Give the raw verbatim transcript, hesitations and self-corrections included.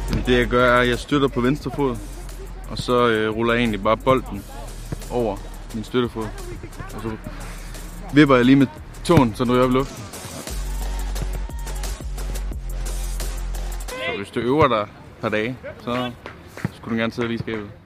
Det jeg gør er, at jeg støtter på venstre fod, og så øh, ruller jeg egentlig bare bolden over min støttefod. Og så vipper jeg lige med tåen, så den ryger op i luften. Så hvis du øver dig et par dage, så skulle du gerne sidde lige i skabet.